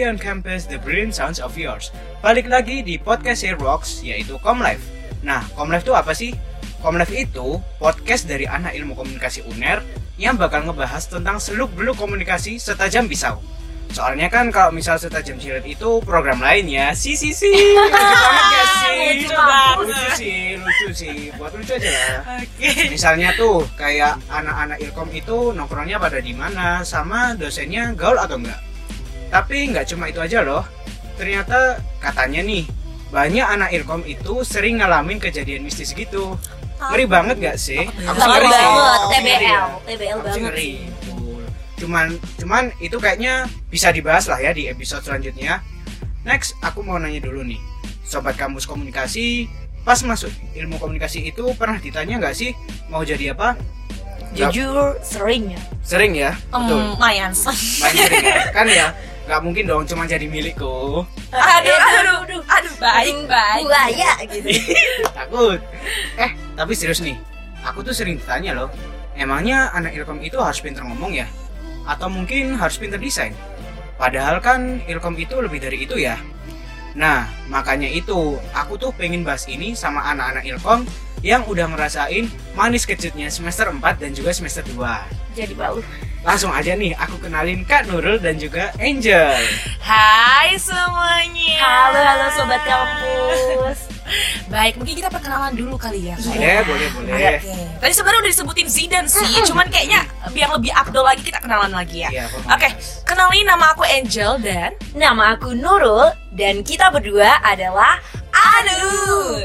Beyond Campus, the brilliant sounds of yours. Balik lagi di podcast Rocks, yaitu Comlife. Nah, Comlife itu apa sih? Comlife itu podcast dari anak ilmu komunikasi UNER yang bakal ngebahas tentang seluk-beluk komunikasi setajam pisau. Soalnya kan kalau misal setajam silet itu program lain ya. Lucu banget gak sih? Lucu sih. Buat lucu aja lah. Okay. Misalnya tuh kayak anak-anak Ilkom itu nongkrongnya pada di mana, sama dosennya gaul atau enggak. Tapi nggak cuma itu aja loh. Ternyata katanya nih banyak anak Ilkom itu sering ngalamin kejadian mistis gitu. Ngeri banget gak sih? Aku ngeri banget. TBL aku banget. Ngeri. Cuman itu kayaknya bisa dibahas lah ya di episode selanjutnya. Next, aku mau nanya dulu nih, Sobat Kampus Komunikasi, pas masuk ilmu komunikasi itu pernah ditanya nggak sih mau jadi apa? Jujur sering ya. Sering ya, betul. Lumayan sering ya. Kan ya, nggak mungkin dong cuma jadi milikku. Aduh, baik. Buaya gitu. Takut. Tapi serius nih, aku tuh sering ditanya loh, emangnya anak Ilkom itu harus pintar ngomong ya? Atau mungkin harus pintar desain? Padahal kan Ilkom itu lebih dari itu ya. Nah, makanya itu aku tuh pengen bahas ini sama anak-anak Ilkom yang udah ngerasain manis kejutnya semester 4 dan juga semester 2. Jadi bau. Langsung aja nih aku kenalin Kak Nurul dan juga Angel. Hai semuanya. Halo Sobat Kampus. Baik, mungkin kita perkenalan dulu kali ya. Boleh. Tadi sebenarnya udah disebutin Zidan sih, cuman kayaknya biar lebih abdol lagi kita kenalan lagi ya. Oke, kenalin, nama aku Angel dan nama aku Nurul, dan kita berdua adalah Aduh.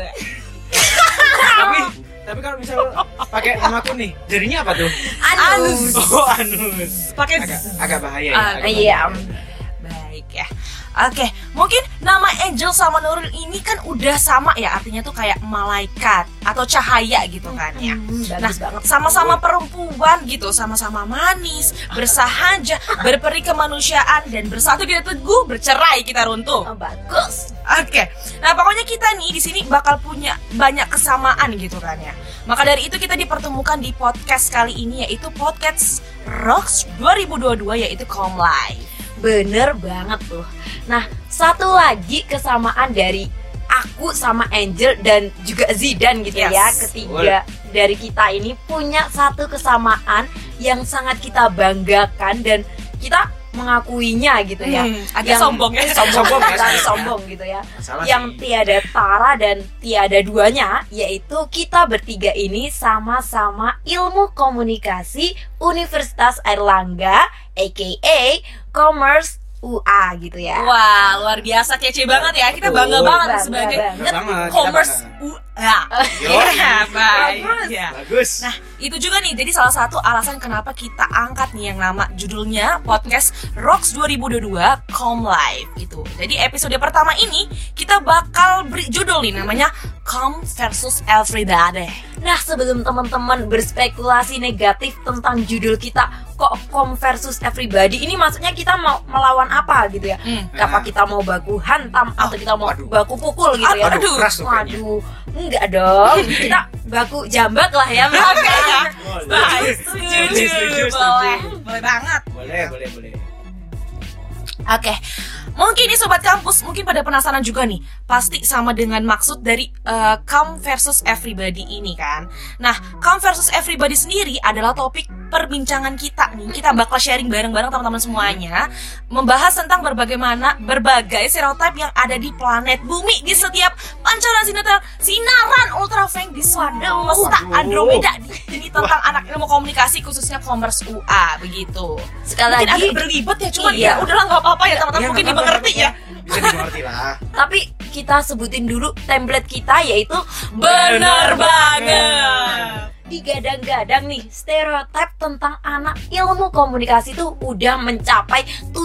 Tapi kalau misal pakai namaku nih, jadinya apa tuh? Anus. Oh, Anus. Pakai agak bahaya ya. Iya. Baik ya. Oke, mungkin nama Angel sama Nurul ini kan udah sama ya, artinya tuh kayak malaikat atau cahaya gitu kan ya. Nah, sama-sama perempuan gitu, sama-sama manis, bersahaja, berperi kemanusiaan, dan bersatu kita teguh, bercerai kita runtuh. Oh, bagus. Oke, nah pokoknya kita nih di sini bakal punya banyak kesamaan gitu kan ya. Maka dari itu kita dipertemukan di podcast kali ini, yaitu podcast Rocks 2022, yaitu Comlife. Bener banget tuh. Nah, satu lagi kesamaan dari aku sama Angel dan juga Zidan gitu ya. Ketiga dari kita ini punya satu kesamaan yang sangat kita banggakan dan kita mengakuinya gitu ya. Agak sombong ya. Sombong gitu ya. Yang tiada tara dan tiada duanya, yaitu kita bertiga ini sama-sama ilmu komunikasi Universitas Airlangga, aka Commerce UA gitu ya. Wah, luar biasa, kece banget ya. Kita bangga banget sebagai Commerce UA. Bagus. Nah, itu juga nih, jadi salah satu alasan kenapa kita angkat nih yang nama judulnya podcast Rocks 2022 Comlife gitu. Jadi episode pertama ini kita bakal beri judul nih namanya Com versus Everybody. Nah, sebelum teman-teman berspekulasi negatif tentang judul kita, kok Com versus Everybody, ini maksudnya kita mau melawan apa gitu ya? Apa kita mau baku hantam atau kita mau baku pukul gitu ya? Waduh, enggak dong. Kita baku jambak lah ya. Oke. Setuju. Boleh banget. Boleh. Oke. Mungkin nih Sobat Kampus, mungkin pada penasaran juga nih, pasti sama dengan maksud dari Com versus Everybody ini kan. Nah, Com versus Everybody sendiri adalah topik perbincangan kita nih. Kita bakal sharing bareng-bareng teman-teman semuanya, membahas tentang berbagai stereotip yang ada di planet bumi, di setiap pancaran sinaran ultraviolet di semesta Andromeda. Ini tentang anak ilmu komunikasi, khususnya Commerce UA begitu. Sekali mungkin lagi agak berlibet ya, cuman ya udahlah, nggak apa-apa ya teman-teman, mungkin dimengerti ya. Bisa dimengerti lah. Tapi kita sebutin dulu template kita, yaitu bener banget. Digadang-gadang nih, stereotip tentang anak ilmu komunikasi itu udah mencapai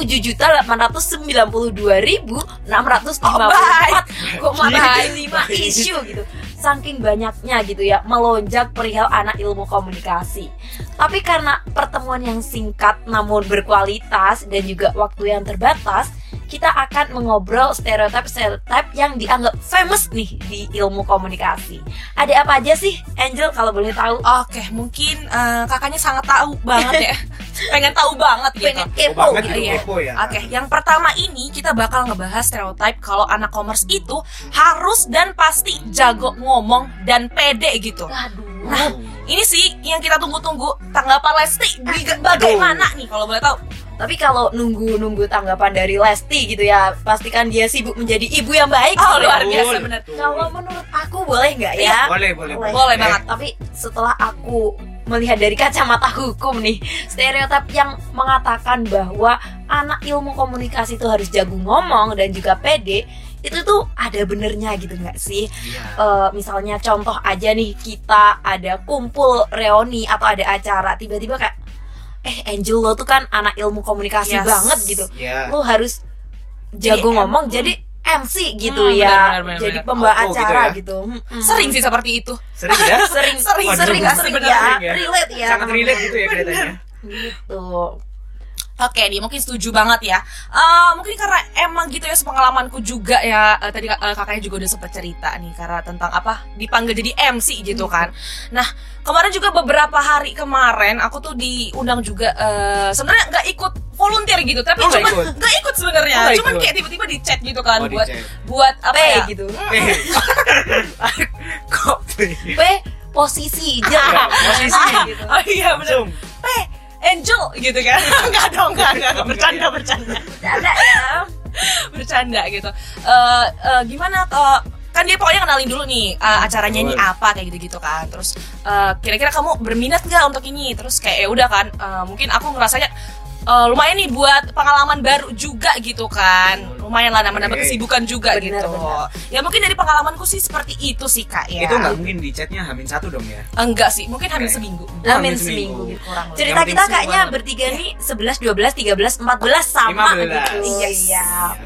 7.892.654,5 isu gitu. Saking banyaknya gitu ya, melonjak perihal anak ilmu komunikasi. Tapi karena pertemuan yang singkat namun berkualitas dan juga waktu yang terbatas, kita akan mengobrol stereotip yang dianggap famous nih di ilmu komunikasi. Ada apa aja sih, Angel, kalau boleh tahu? Oke, mungkin kakaknya sangat tahu banget ya pengen tahu banget gitu. Pengen kepo banget gitu itu, ya. kepo ya. Oke, yang pertama ini kita bakal ngebahas stereotype kalau anak commerce itu harus dan pasti jago ngomong dan pede gitu. Aduh. Nah, ini sih yang kita tunggu-tunggu, tanggapan Lesti bagaimana nih kalau boleh tahu? Tapi kalau nunggu tanggapan dari Lesti gitu ya, pastikan dia sibuk menjadi ibu yang baik. Oh, gitu ya. luar biasa Betul, benar. betul. Kalau menurut aku boleh nggak ya? Boleh Boleh banget. Tapi setelah aku melihat dari kacamata hukum nih, stereotip yang mengatakan bahwa anak ilmu komunikasi itu harus jago ngomong dan juga pede, itu tuh ada benernya gitu nggak sih? Iya. Misalnya contoh aja nih, kita ada kumpul reuni atau ada acara, tiba-tiba kayak Angel, lo tuh kan anak ilmu komunikasi Yes. banget gitu, Iya. lo harus jago Jadi, ngomong jadi MC gitu benar, ya, benar, jadi benar. pembawa Auto gitu acara ya. gitu. Sering sih seperti itu. Sering ya? sering Sering, sering Waduh, sering bener, ya, sering ya. relate ya, Sangat relate gitu ya kelihatannya. gitu. Oke, nih mungkin setuju banget ya. Mungkin karena emang gitu ya sepengalamanku juga ya. Tadi kakaknya juga udah sempat cerita nih karena tentang apa dipanggil jadi MC gitu kan. Nah kemarin juga beberapa hari kemarin aku tuh diundang juga. Sebenarnya nggak ikut volunteer gitu, tapi Oh, nggak cuma ikut? nggak ikut sebenarnya. Oh, nggak Cuman ikut. kayak tiba-tiba di chat gitu kan Oh, di buat chat. buat apa P ya? gitu, Kok P posisi Ya, aja posisi. gitu. Oh iya benar. Langsung. Angel gitu kan. Enggak dong, enggak bercanda. Ada ya. Bercanda gitu. Gimana kan dia pokoknya kenalin dulu nih acaranya ini Betul. apa kayak gitu-gitu kan. Terus kira-kira kamu berminat nggak untuk ini? Terus kayak ya udah kan, mungkin aku ngerasanya lumayan nih buat pengalaman baru juga gitu kan. Lumayan lah nambah-nambah Oke. kesibukan juga Benar, gitu. benar. Ya mungkin dari pengalamanku sih seperti itu sih Kak ya. Itu nggak mungkin di chatnya H-1 dong ya? Enggak sih, mungkin hamil Oke. seminggu. Amin Amin seminggu. seminggu. Kurang lebih. Cerita Yang penting kita semua kayaknya lah. bertiga nih 11, 12, 13, 14 sama 15. gitu. Yes. Iya.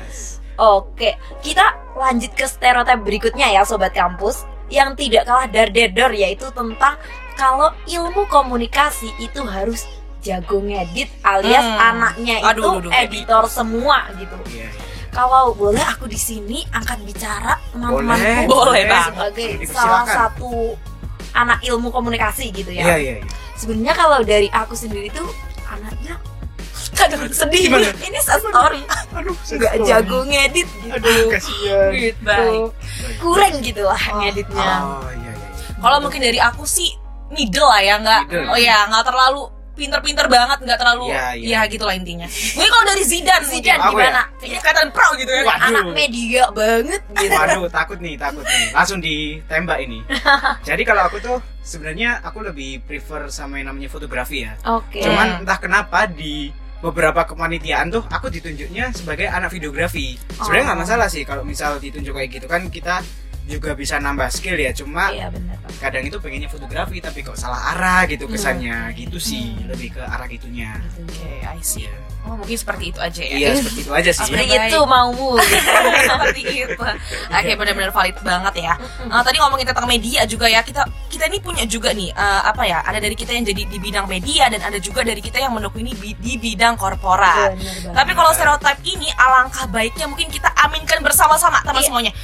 Oke, kita lanjut ke stereotip berikutnya ya Sobat Kampus, yang tidak kalah dar-der yaitu tentang kalau ilmu komunikasi itu harus jago ngedit alias anaknya itu Aduh, editor semua gitu. Iya. Kalau boleh aku di sini angkat bicara teman-temanku Boleh banget. sebagai Dipersilakan. salah satu anak ilmu komunikasi gitu ya. Iya. Sebenarnya kalau dari aku sendiri tuh anaknya Aduh, sedih. Gimana? ini story Aduh, nggak jago ngedit gitu. Aduh, kasihan. Gitu. Baik. Kurang gitu lah ngeditnya. Oh, iya. Kalau mungkin dari aku sih middle lah ya, nggak, Middle. oh ya nggak terlalu pinter-pinter banget, nggak terlalu, Iya. ya gitulah intinya. Mungkin kalau dari Zidane Zidane Aku ya? gimana? kayaknya kelihatan pro gitu ya. Waduh. Anak media banget gitu. Waduh, takut nih. Langsung ditembak ini. Jadi kalau aku tuh sebenarnya aku lebih prefer sama yang namanya fotografi ya. Oke. Cuman entah kenapa di beberapa kepanitiaan tuh aku ditunjuknya sebagai anak videografi. Sebenarnya nggak masalah sih kalau misal ditunjuk kayak gitu kan, kita juga bisa nambah skill ya. Cuma Iya benar. kadang itu pengennya fotografi tapi kok salah arah gitu kesannya, gitu sih, lebih ke arah gitunya. Oke, I see. Iya. Oh mungkin seperti itu aja ya. Iya, seperti itu aja sih. Seperti Baik. itu maumu gitu. Seperti itu. Oke, benar-benar valid banget ya. Tadi ngomongin tentang media juga ya, kita ini punya juga nih apa ya, ada dari kita yang jadi di bidang media dan ada juga dari kita yang menekuni di bidang korporat. Benar banget. Tapi kalau stereotip ini alangkah baiknya mungkin kita aminkan bersama-sama teman Iya. semuanya.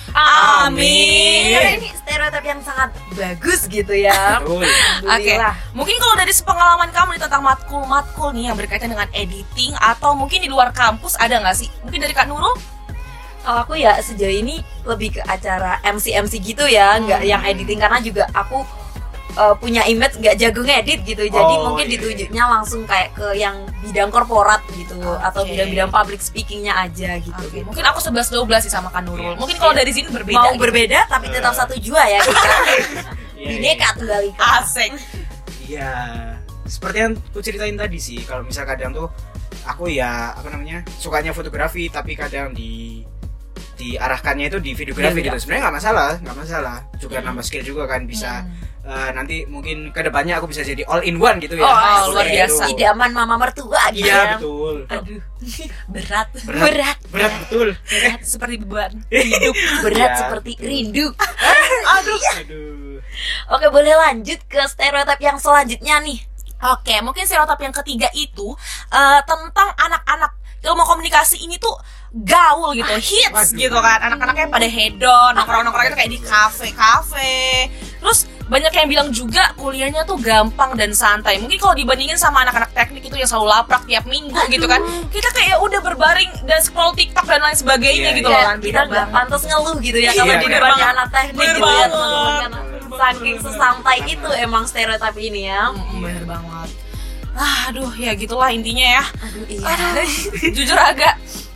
Amin. Karena Amin. ini stereotip yang sangat bagus gitu ya. Betul. Oke, Alhamdulillah. mungkin kalau dari sepengalaman kamu nih tentang matkul-matkul nih yang berkaitan dengan editing atau mungkin di luar kampus ada nggak sih? Mungkin dari Kak Nurul? Kalau aku ya sejauh ini lebih ke acara MC gitu ya, nggak yang editing, karena juga aku punya image nggak jago ngedit gitu. Jadi Oh, mungkin iya, ditujuknya langsung kayak ke yang bidang korporat gitu, atau Oke. bidang-bidang public speakingnya aja gitu. Oke, gitu. mungkin aku 11-12 sih sama Kak Nurul. Mungkin kalau dari sini berbeda. Mau gitu. berbeda tapi tetap satu jua ya kita. Iya, Bineka Tunggal Ika. Asik. Iya, seperti yang aku ceritain tadi sih, kalau misal kadang tuh aku ya sukanya fotografi tapi kadang diarahkannya itu di videografi Iya, gitu. Sebenarnya nggak masalah. Juga nambah skill juga kan, bisa nanti mungkin kedepannya aku bisa jadi all in one gitu ya. Oh, luar Seperti biasa. itu. Idaman mama mertua gitu Iya ya. betul. Aduh, berat. Berat. Berat betul. Berat seperti beban. Berat Iya, seperti betul. rindu. Aduh. Aduh. Oke, boleh lanjut ke stereotip yang selanjutnya nih. Oke, mungkin stereotip yang ketiga itu tentang anak-anak ilmu komunikasi ini tuh gaul gitu, hits Waduh. gitu kan. Anak-anaknya pada hedon, nongkrong-nongkrong itu kayak di kafe-kafe. Terus banyak yang bilang juga kuliahnya tuh gampang dan santai. Mungkin kalau dibandingin sama anak-anak teknik itu yang selalu laprak tiap minggu gitu kan, kita kayak udah berbaring dan scroll TikTok dan lain sebagainya gitu loh kan. Kita nggak pantas ngeluh gitu ya kalau di bener depannya banget. anak teknik Bener gitu ya banget. teman-teman, karena saking sesantai itu emang stereotip ini ya. Bener banget. Aduh ya gitulah intinya ya. Aduh iya. Jujur agak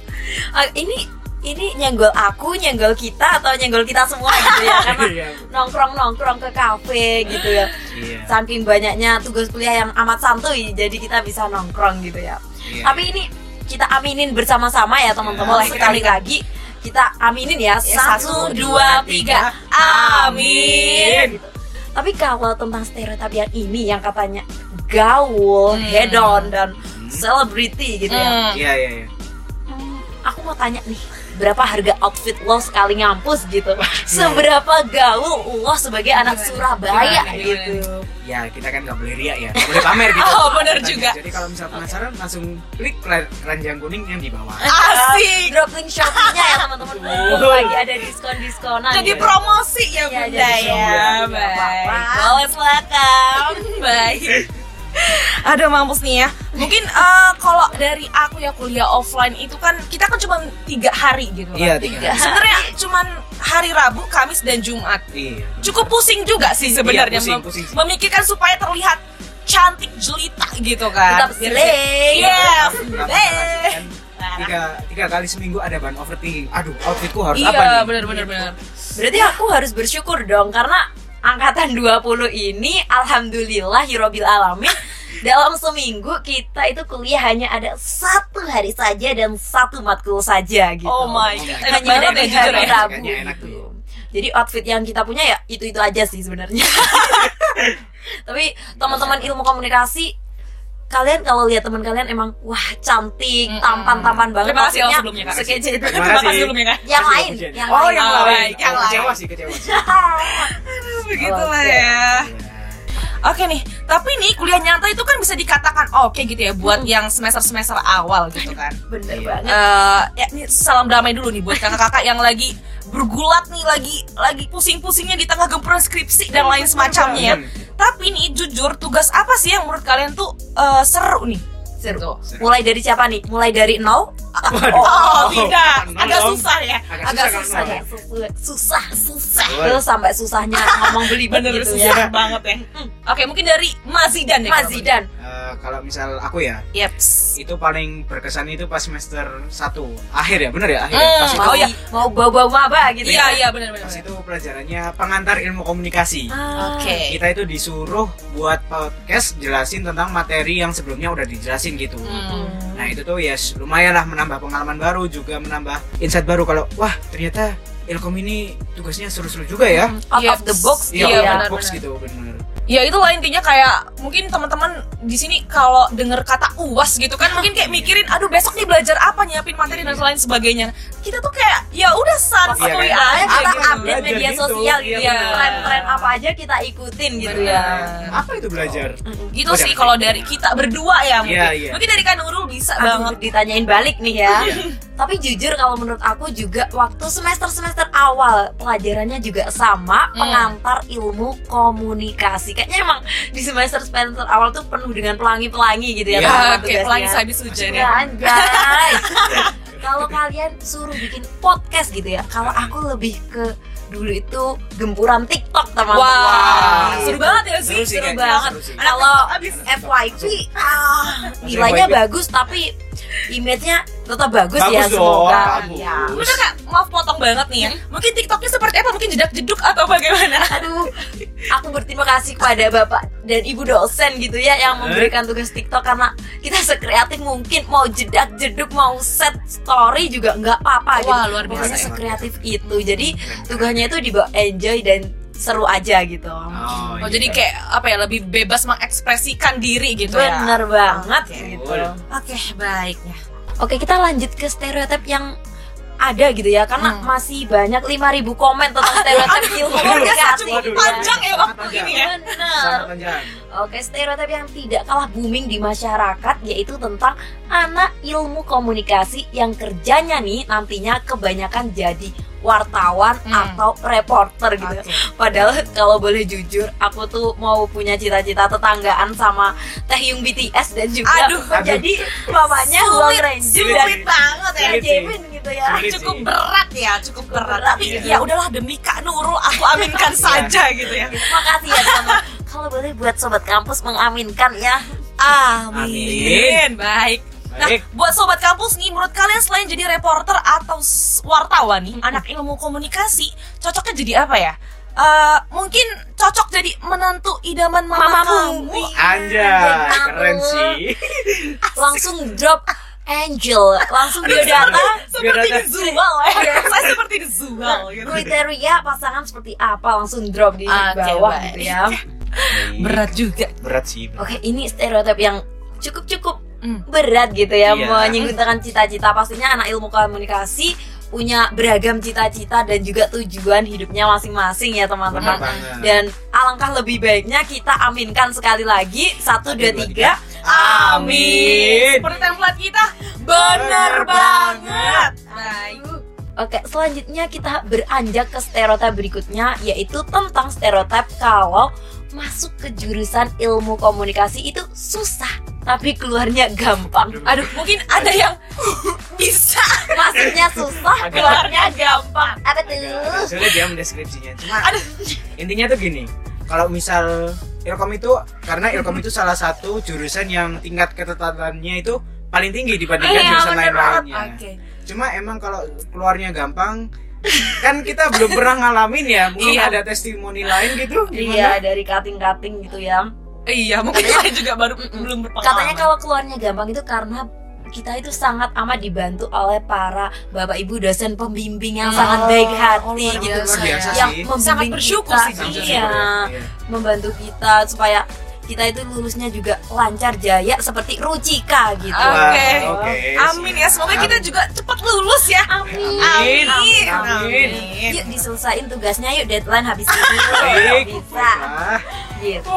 Ini nyenggol aku, nyenggol kita, atau nyenggol kita semua gitu ya. Karena Iya. nongkrong ke kafe gitu ya. Iya. Saking banyaknya tugas kuliah yang amat santuy, jadi kita bisa nongkrong gitu ya. Iya. Tapi ini kita aminin bersama-sama ya teman-teman. Boleh, Sekali lagi kita aminin ya. 1, 2, 3. Amin. Gitu. Tapi kalau tentang stereotip yang ini yang katanya gaul, hedon dan selebriti gitu ya. Iya. Aku mau tanya nih, berapa harga outfit lo sekali ngampus gitu? Seberapa gaul lo sebagai anak Surabaya Gimana? gitu? Ya kita kan nggak boleh riak ya, nggak boleh pamer gitu. Oh, bener juga. Jadi kalau misal penasaran langsung klik keranjang kuning yang di bawah. Asik. Drop link Shopee-nya ya teman-teman. Mumpung lagi ada diskon-diskonan. Jadi gitu. promosi ya Iya, Bunda jadi ya. promosi. Nggak Baik. apa-apa. Boleh silakan. Baik. Aduh mampus nih ya. Mungkin kalau dari aku ya kuliah offline itu kan kita kan cuma 3 hari gitu kan. Iya 3. Sebenarnya cuman hari Rabu, Kamis dan Jumat. Iya. Cukup pusing juga sih sebenarnya Iya, pusing sih. memikirkan supaya terlihat cantik jelita gitu kan. Tetap slay. Yes. Kan tiga kali seminggu ada bahan overthinking. Aduh, outfitku harus Iya, apa nih? benar. Berarti aku harus bersyukur dong karena angkatan 20 ini alhamdulillah hirobil alamin dalam seminggu kita itu kuliah hanya ada 1 hari saja dan 1 matkul saja gitu. Oh my god. Enak Hanya banget ya dari jujur hari ya. Rabu Kayaknya enak gitu. tuh. Jadi outfit yang kita punya ya itu aja sih sebenarnya. Tapi teman-teman ilmu komunikasi, kalian kalau lihat teman kalian emang wah cantik, tampan-tampan banget. Terima kasih outfitnya sebelumnya, Kak. sekece itu. Terima Terima kasih. kasih sebelumnya kan. Yang lain, Pujian. yang Oh, lain. yang Oh, lain. baik, yang Kecewa lain. sih. Begitulah Oke. ya. Oke nih, tapi nih kuliah nyata itu kan bisa dikatakan oke gitu ya buat yang semester-semester awal gitu kan. Bener Iya. banget. Ya ini salam damai dulu nih buat kakak-kakak yang lagi bergulat nih, lagi pusing-pusingnya di tengah gempuran skripsi dan lain semacamnya ya. Tapi nih jujur, tugas apa sih yang menurut kalian tuh seru nih? Seru. Mulai dari siapa nih? Mulai dari 0? Oh, tidak, Nol agak dong. susah ya. Agak susah kalau nol. Susah. Betul. Terus sampai susahnya ngomong belibet Bener gitu susah ya. banget ya. Oke, mungkin dari Mazidan deh. Mas Zidan. Kalau misal aku ya, Yeps. itu paling berkesan itu pas semester 1 akhir ya, bener ya akhir. Ya? Pas itu, Oh, iya. Mau bawa maba gitu ya. Iya benar. pas itu pelajarannya pengantar ilmu komunikasi. Oke. Kita itu disuruh buat podcast jelasin tentang materi yang sebelumnya udah dijelasin gitu. Nah itu tuh ya lumayan lah menambah pengalaman baru, juga menambah insight baru kalau wah ternyata Ilkom ini tugasnya seru-seru juga ya. Out of the box Iya, gitu ya. benar. box gitu bener. Ya itulah intinya, kayak mungkin teman-teman di sini kalau denger kata UAS gitu kan mungkin kayak mikirin aduh besok nih belajar apa, nyiapin materi dan lain sebagainya. Kita tuh kayak ya udah santuy Iya, aja Kita gitu. update Belajar media gitu. sosial Iya, gitu ya. benar. Tren-tren apa aja kita ikutin gitu Benar. ya. Apa itu belajar? Gitu sih kalau dari kita berdua ya mungkin. Iya, iya. Mungkin dari Kak Nurul bisa Aduh, banget. ditanyain balik nih ya. Iya. Tapi jujur kalau menurut aku juga waktu semester-semester awal pelajarannya juga sama, pengantar ilmu komunikasi. Kayaknya emang di semester-semester awal tuh penuh dengan pelangi-pelangi gitu ya. Iya, teman-teman Kayak pelangi tugasnya. sehabis hujan ya. Ya, anjay. Kalau kalian suruh bikin podcast gitu ya, kalau aku lebih ke dulu itu gempuran TikTok teman-teman. Wah, seru Gitu. banget ya sih. Seru sih, Seru kayaknya, banget. seru sih. Kalau Abis FYP nilainya FYP. bagus tapi image-nya tetap bagus, Bagus ya dong, semoga. bagus. Ya. Bener Kak, maaf potong banget nih ya. Mungkin TikToknya seperti apa? Mungkin jedak-jeduk atau bagaimana? Aduh, aku berterima kasih kepada Bapak dan Ibu dosen gitu ya yang memberikan tugas TikTok, karena kita sekreatif mungkin, mau jedak-jeduk, mau set story juga nggak apa-apa gitu. Wah, luar biasa Pokoknya ya. sekreatif itu. Jadi tugasnya itu dibawa enjoy dan seru aja gitu. Oh, Oh, jadi kayak apa ya, lebih bebas mengekspresikan diri gitu ya. Bener banget Oke. gitu. Oke, baiknya. Oke, kita lanjut ke stereotip yang ada gitu ya, karena masih banyak 5.000 komen tentang stereotip ilmu komunikasi. cukup gitu ya. panjang ya waktu Sangat ini ya. Bener. sangat panjang. Oke, stereotip yang tidak kalah booming di masyarakat yaitu tentang anak ilmu komunikasi yang kerjanya nih nantinya kebanyakan jadi wartawan atau reporter gitu. Oke. Padahal kalau boleh jujur, aku tuh mau punya cita-cita tetanggaan sama Taehyung BTS dan juga Aduh. menjadi mamanya Wang Renju dan Sulit banget ya. Sulit sih. Jaemin gitu ya. Sulit Cukup sih. berat ya, cukup berat. Tapi iya. ya udahlah, demi Kak Nurul aku aminkan saja gitu ya. Makasih ya teman-teman. Kalau boleh buat sobat kampus mengaminkan ya. Amin. Baik. Nah, Baik. buat sobat kampus nih, menurut kalian selain jadi reporter atau wartawan nih, anak ilmu komunikasi, cocoknya jadi apa ya? Mungkin cocok jadi menantu idaman mama kamu. Anjay, keren sih. Langsung drop Angel, langsung biodata. Seperti Biodata. dijual ya. Saya seperti dijual gitu. Kriteria pasangan seperti apa langsung drop di Oke, bawah baik. gitu ya. Berat juga. Berat sih. Oke, ini stereotip yang cukup berat gitu ya, Iya. menyinggung tentang cita-cita. Pastinya anak ilmu komunikasi punya beragam cita-cita dan juga tujuan hidupnya masing-masing ya teman-teman. Benar banget. Dan alangkah lebih baiknya kita aminkan sekali lagi 1, 2, 3. Amin. Seperti template kita. Bener banget. Baik. Oke, selanjutnya kita beranjak ke stereotip berikutnya, yaitu tentang stereotip kalau masuk ke jurusan ilmu komunikasi itu susah, tapi keluarnya gampang. Aduh, mungkin ada yang bisa. Masuknya susah, Agak- keluarnya gampang. Apa tuh? Sulit dia mendeskripsinya. Cuma intinya tuh gini, kalau misal Ilkom itu, karena Ilkom itu salah satu jurusan yang tingkat ketetatannya itu paling tinggi dibandingkan Iya, jurusan bener lain-lainnya. Oke. Cuma emang kalau keluarnya gampang, kan kita belum pernah ngalamin ya. Mungkin Iya. ada testimoni lain gitu. Iya, Gimana? dari cutting-cutting gitu ya. Iya, mungkin saya juga baru belum berpengalaman. Katanya kalau keluarnya gampang itu karena kita itu sangat amat dibantu oleh para bapak ibu dosen pembimbing yang sangat baik hati luar gitu, biasa yang sih. membimbing Sangat bersyukur kita, sih, Sangat iya, bersyukur. membantu kita supaya kita itu lulusnya juga lancar jaya seperti Rucika gitu. Oke. Oke. Amin ya, semoga kita juga cepat lulus ya. Amin. Amin. Amin. Yuk diselesain tugasnya yuk, deadline habis ini. Baik. Bisa Baiklah. gitu.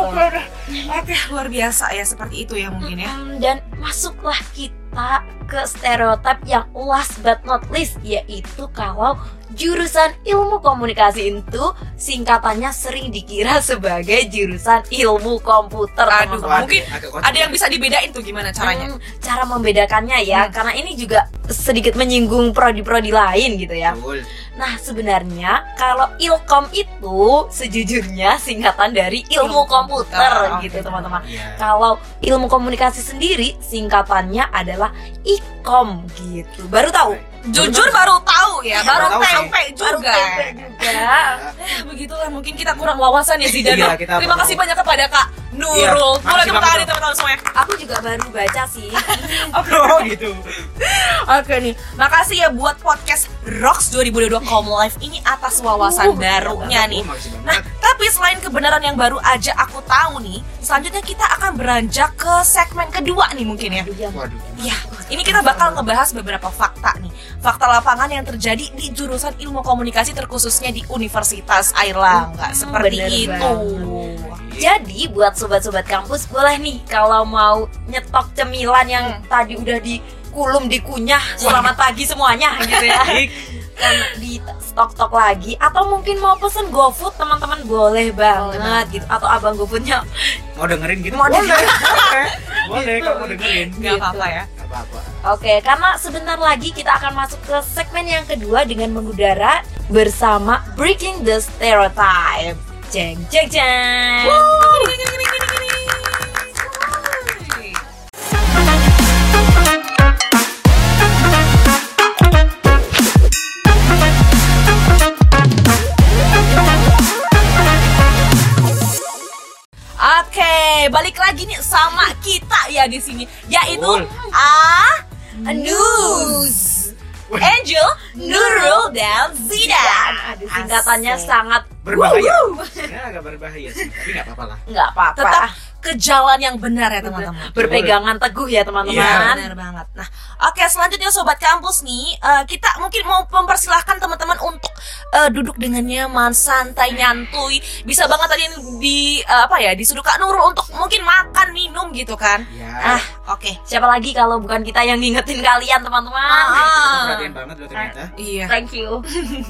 Oke, luar biasa ya, seperti itu ya mungkin ya. Dan masuklah kita ke stereotip yang last but not least, yaitu kalau jurusan ilmu komunikasi itu singkatannya sering dikira sebagai jurusan ilmu komputer. Aduh, teman-teman. mungkin agak kocak. ada yang bisa dibedain tuh gimana caranya? Cara membedakannya ya, karena ini juga sedikit menyinggung prodi-prodi lain gitu ya. Betul. Nah, sebenarnya kalau Ilkom itu sejujurnya singkatan dari ilmu komputer Oke. gitu, teman-teman. Iya. Kalau ilmu komunikasi sendiri singkatannya adalah Ikom gitu. Baru tahu? Jujur baru tahu ya, baru Baru tahu sih. tempe Baru juga. tempe juga. Begitulah, mungkin kita kurang wawasan ya Zidane. Iya, kita Terima perlu. kasih banyak kepada Kak Nurul. Iya, Boleh makasih tepuk tangan banget, nih teman-teman semuanya. Aku juga baru baca sih. Oh gitu. Oke nih, makasih ya buat podcast Rocks 2022 Com Live ini atas wawasan barunya nih. Oh, makasih Nah, banget. tapi selain kebenaran yang baru aja aku tahu nih, selanjutnya kita akan beranjak ke segmen kedua nih mungkin ya. Waduh. Iya, ini kita bakal ngebahas beberapa fakta nih. Fakta lapangan yang terjadi di jurusan ilmu komunikasi terkhususnya di Universitas Airlangga. Seperti bener itu. Jadi buat sobat-sobat kampus boleh nih kalau mau nyetok cemilan yang tadi udah dikulum dikunyah, selamat pagi semuanya gitu ya. Baik. Kan di stok-stok lagi, atau mungkin mau pesen GoFood, teman-teman boleh banget gitu, atau abang GoFoodnya Mau dengerin gitu? Mau Boleh. dengerin. Boleh. Boleh kalau mau dengerin. Gak apa-apa ya. Gak apa-apa. Oke, karena sebentar lagi kita akan masuk ke segmen yang kedua dengan mengudara bersama Breaking the Stereotype. Jeng jeng jeng. Oke, balik lagi nih sama kita ya di sini, yaitu Betul. News. Angel, Nurul, dan Zidan. Aduh, singkatannya Asik. sangat Berbahaya. Ya agak berbahaya sih, tapi nggak apa-apa lah. nggak apa-apa. Tetap ke jalan yang benar ya teman-teman. Berpegangan teguh ya teman-teman. Iya. Benar banget. Nah, oke, selanjutnya sobat kampus nih, kita mungkin mau mempersilahkan teman-teman untuk duduk dengan nyaman, santai, nyantui. Bisa banget tadi disuruh Kak Nurul untuk mungkin makan, minum gitu kan. Ya. Oke. Siapa lagi kalau bukan kita yang ngingetin kalian teman-teman. Itu perhatian banget loh ternyata. Iya. Thank you.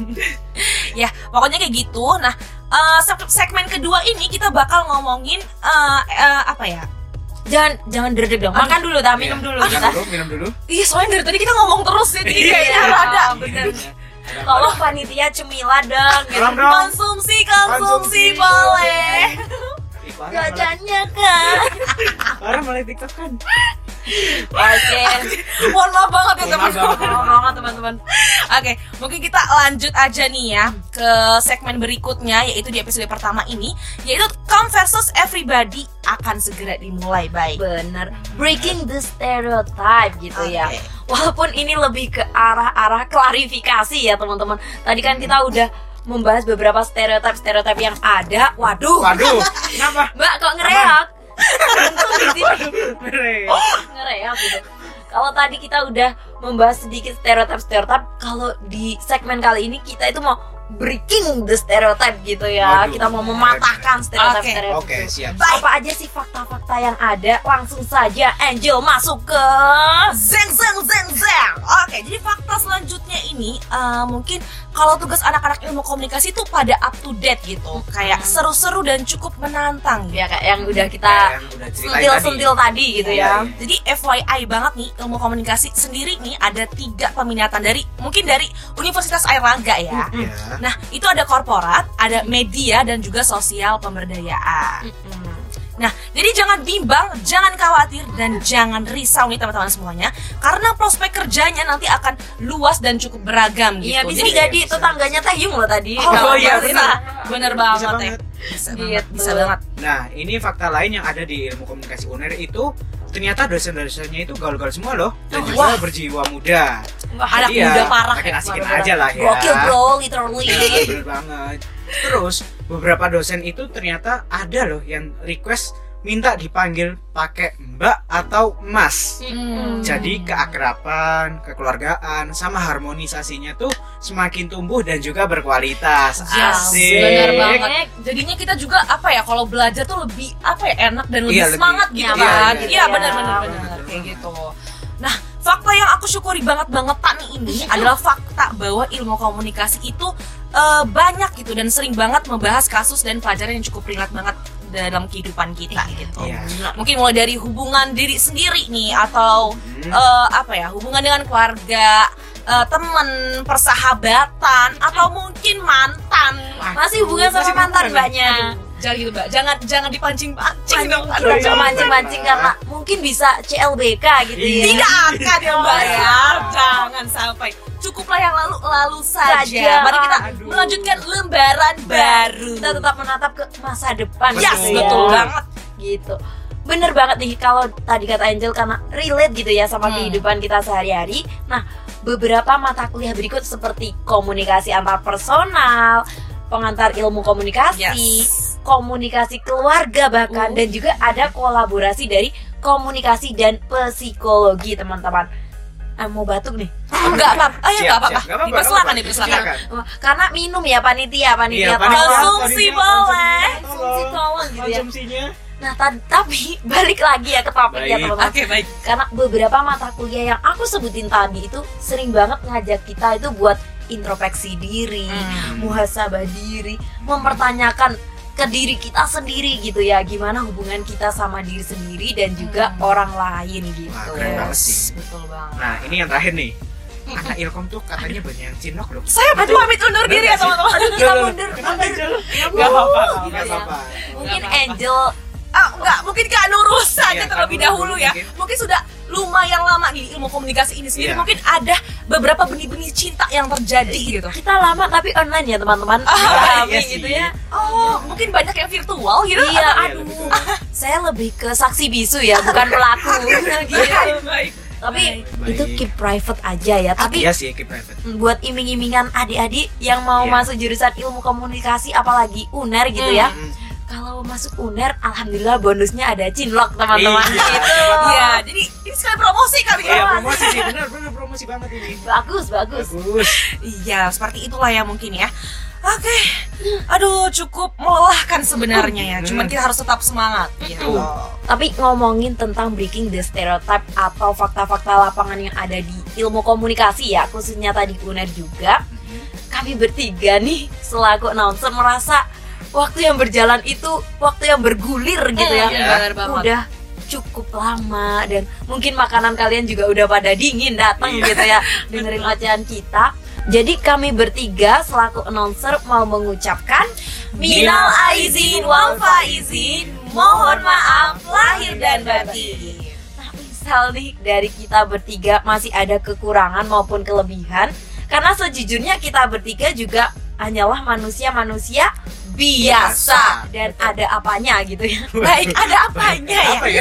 Ya, pokoknya kayak gitu. Nah, segmen kedua ini kita bakal ngomongin apa ya? Jangan derdek dong. Makan dulu, minum dulu kita. Minum dulu. Iya, soalnya dari tadi kita ngomong terus ya, jadi kayaknya Iya, ada. bener. Tolong panitia cemilan dong. Tolong dong. Konsumsi boleh. Jajannya kan. Orang mulai TikTok kan. Oke. Mohon maaf banget ya Mohon maaf teman-teman. banget. Tolong banget teman-teman. Oke, mungkin kita lanjut aja nih ya ke segmen berikutnya, yaitu di episode pertama ini, yaitu Come versus Everybody akan segera dimulai. Baik. Bener. Breaking the stereotype gitu ya. Oke. Walaupun ini lebih ke arah klarifikasi ya teman-teman. Tadi kan kita udah membahas beberapa stereotip yang ada. Waduh. Kenapa? Mbak kok ngereak? Untung di sini Mere. ngereak gitu. Kalau tadi kita udah membahas sedikit stereotip, kalau di segmen kali ini kita itu mau breaking the stereotype gitu ya. Waduh. Kita mau mematahkan stereotip. Oke, siap. Apa aja sih fakta-fakta yang ada? Langsung saja Angel masuk ke Zeng. Oke, jadi fakta selanjutnya ini mungkin kalau tugas anak-anak ilmu komunikasi tuh pada up to date gitu, kayak seru-seru dan cukup menantang. ya kayak yang udah kita Yang udah ceritain sentil tadi gitu ya. Iya. Jadi FYI banget nih, ilmu komunikasi sendiri nih ada 3 peminatan dari Universitas Airlangga ya. Ya. Nah, itu ada korporat, ada media, dan juga sosial pemberdayaan. Nah, jadi jangan bimbang, jangan khawatir, dan jangan risau nih teman-teman semuanya, karena prospek kerjanya nanti akan luas dan cukup beragam gitu. Iya bisa jadi tetangganya Teh Yung loh tadi. Oh iya, Bisa. bener Bisa banget ya. banget. Bisa Gitu. banget, bisa banget. Nah, ini fakta lain yang ada di ilmu komunikasi UNER itu ternyata dosen-dosennya itu gaul-gaul semua loh, dan juga berjiwa muda. Anak Jadi muda ya, parah makin ya, asikin parah. aja lah ya. Gokil bro, literally. Iya, bener banget. Terus beberapa dosen itu ternyata ada loh yang request minta dipanggil pakai mbak atau mas. Jadi keakraban, kekeluargaan, sama harmonisasinya tuh semakin tumbuh dan juga berkualitas. Yes, Asik. bener banget. Jadinya kita juga apa ya, kalau belajar tuh lebih apa ya, enak dan lebih Iya, lebih semangat gitu nyaman. kan. Iya, Iya, benar benar. kayak gitu. Nah, fakta yang aku syukuri banget Tani ini adalah fakta bahwa ilmu komunikasi itu banyak gitu dan sering banget membahas kasus dan pelajaran yang cukup ringan banget dalam kehidupan kita gitu. Iya. Mungkin mulai dari hubungan diri sendiri nih, atau apa ya, hubungan dengan keluarga, teman, persahabatan, atau mungkin mantan. Masih hubungan sama mantan mbaknya. Jangan gitu, Mbak. Jangan dipancing-pancing dong. Aduh, jangan mancing-mancing karena mungkin bisa CLBK gitu ya. Tidak akan ya, Mbak ya. Jangan sampai. Cukuplah yang lalu saja. Saja. Mari kita Aduh. melanjutkan lembaran baru. Kita tetap menatap ke masa depan. Yes, gitu ya. betul banget. Gitu. Bener banget nih kalau tadi kata Angel, karena relate gitu ya sama kehidupan kita sehari-hari. Nah, beberapa mata kuliah berikut seperti komunikasi antar personal, pengantar ilmu komunikasi, Yes. komunikasi keluarga bahkan, dan juga ada kolaborasi dari komunikasi dan psikologi teman-teman. Mau batuk nih. Enggak apa-apa. Ayo, enggak apa-apa. Siap, Dipersilakan, nggak dipersilakan. apa-apa. Karena minum ya panitia Iya, tolong. Konsumsi boleh. Konsumsi tolong gitu ya. Konsumsinya. Nah tapi balik lagi ya ke topik ya Baik. teman-teman. Oke, baik. Karena beberapa mata kuliah yang aku sebutin tadi itu sering banget ngajak kita itu buat introspeksi diri, muhasabah diri, mempertanyakan ke diri kita sendiri gitu ya, gimana hubungan kita sama diri sendiri dan juga orang lain gitu. Wah, keren banget sih. Betul banget. Nah, ini yang terakhir nih. Anak Ilkom tuh katanya banyak yang cinlok loh. Saya pamit undur diri ya, teman-teman. Aduh, kita mundur. Gak apa-apa, Gitu gak ya. apa-apa. Mungkin Nggak apa-apa. Angel Enggak, mungkin Kak Nurul saja Iya, terlebih Kak Nurul dahulu ya. mungkin. Mungkin sudah lumayan lama di ilmu komunikasi ini sendiri. Iya. Mungkin ada beberapa benih-benih cinta yang terjadi gitu. kita lama tapi online ya teman-teman. iya Kami sih. gitu ya. Oh, mungkin banyak yang virtual gitu. Iya, Iya, aduh. lebih Saya lebih ke saksi bisu ya, bukan pelaku. gitu. Baik. Tapi Baik. itu keep private aja ya. Tapi Iya sih, keep private. buat iming-imingan adik-adik yang mau Iya. masuk jurusan ilmu komunikasi apalagi UNER gitu ya. Mm. Kalau masuk UNER, alhamdulillah bonusnya ada cinlok teman-teman. Iya. Gitu. Iya, jadi ini sekali promosi kali ya. Iya, promosi sih, bener promosi banget ini. Bagus. Bagus. Iya, seperti itulah ya mungkin ya. Oke, aduh cukup melelahkan sebenarnya ya. Cuman kita harus tetap semangat gitu. Tapi ngomongin tentang breaking the stereotype atau fakta-fakta lapangan yang ada di ilmu komunikasi ya, khususnya tadi UNER juga, kami bertiga nih selaku announcer merasa waktu yang berjalan itu waktu yang bergulir gitu ya. Benar banget. Udah cukup lama dan mungkin makanan kalian juga udah pada dingin datang gitu ya dengerin ocehan kita. Jadi kami bertiga selaku announcer mau mengucapkan minal aizin wal faizin, mohon maaf lahir dan batin. Nah, misal nih dari kita bertiga masih ada kekurangan maupun kelebihan, karena sejujurnya kita bertiga juga hanyalah manusia-manusia biasa dan ada apanya gitu ya. Baik, ada apanya ya? Apa ya?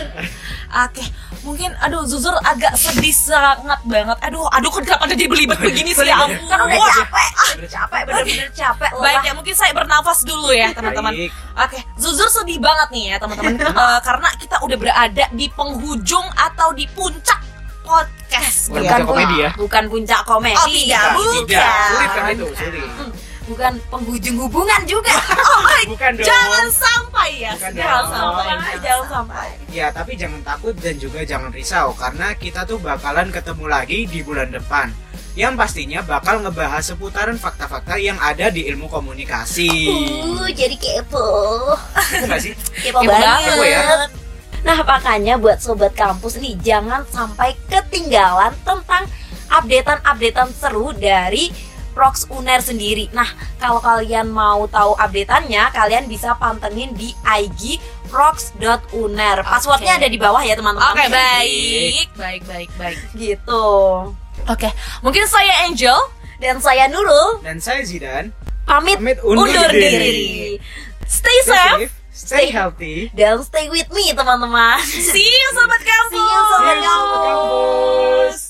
Oke, mungkin aduh Zuzur agak sedih sangat banget. Aduh kenapa jadi belibet begini sih ya ampun. Kan udah capek, bener-bener capek lelah. Baik ya, mungkin saya bernafas dulu ya teman-teman. Baik. Oke, Zuzur sedih banget nih ya teman-teman. Karena kita udah berada di penghujung atau di puncak podcast. Bukan gitu. puncak komedi ya? Bukan puncak komedi. Oh tidak, bukan. Tidak, sulit kan itu, sulit. Bukan penghujung hubungan juga. Oh my, Bukan dong. jangan sampai ya. Bukan Jangan dong. sampai. Jangan sampai. Ya, tapi jangan takut dan juga jangan risau karena kita tuh bakalan ketemu lagi di bulan depan. Yang pastinya bakal ngebahas seputaran fakta-fakta yang ada di ilmu komunikasi. Jadi kepo. Enggak sih? Kepo Kepo banget. banget ya. Nah, makanya buat sobat kampus nih jangan sampai ketinggalan tentang updatean-updatean seru dari Prox UNER sendiri. Nah, kalau kalian mau tahu updateannya, kalian bisa pantengin di IG prox.uner. Passwordnya ada di bawah ya teman-teman. Oke, baik. Gitu. Oke, mungkin saya Angel. Dan saya Nurul, Dan saya Zidan. pamit undur diri. Stay safe, Stay healthy. dan stay with me teman-teman. See you sobat kampus. See you sobat See you, sobat kampus.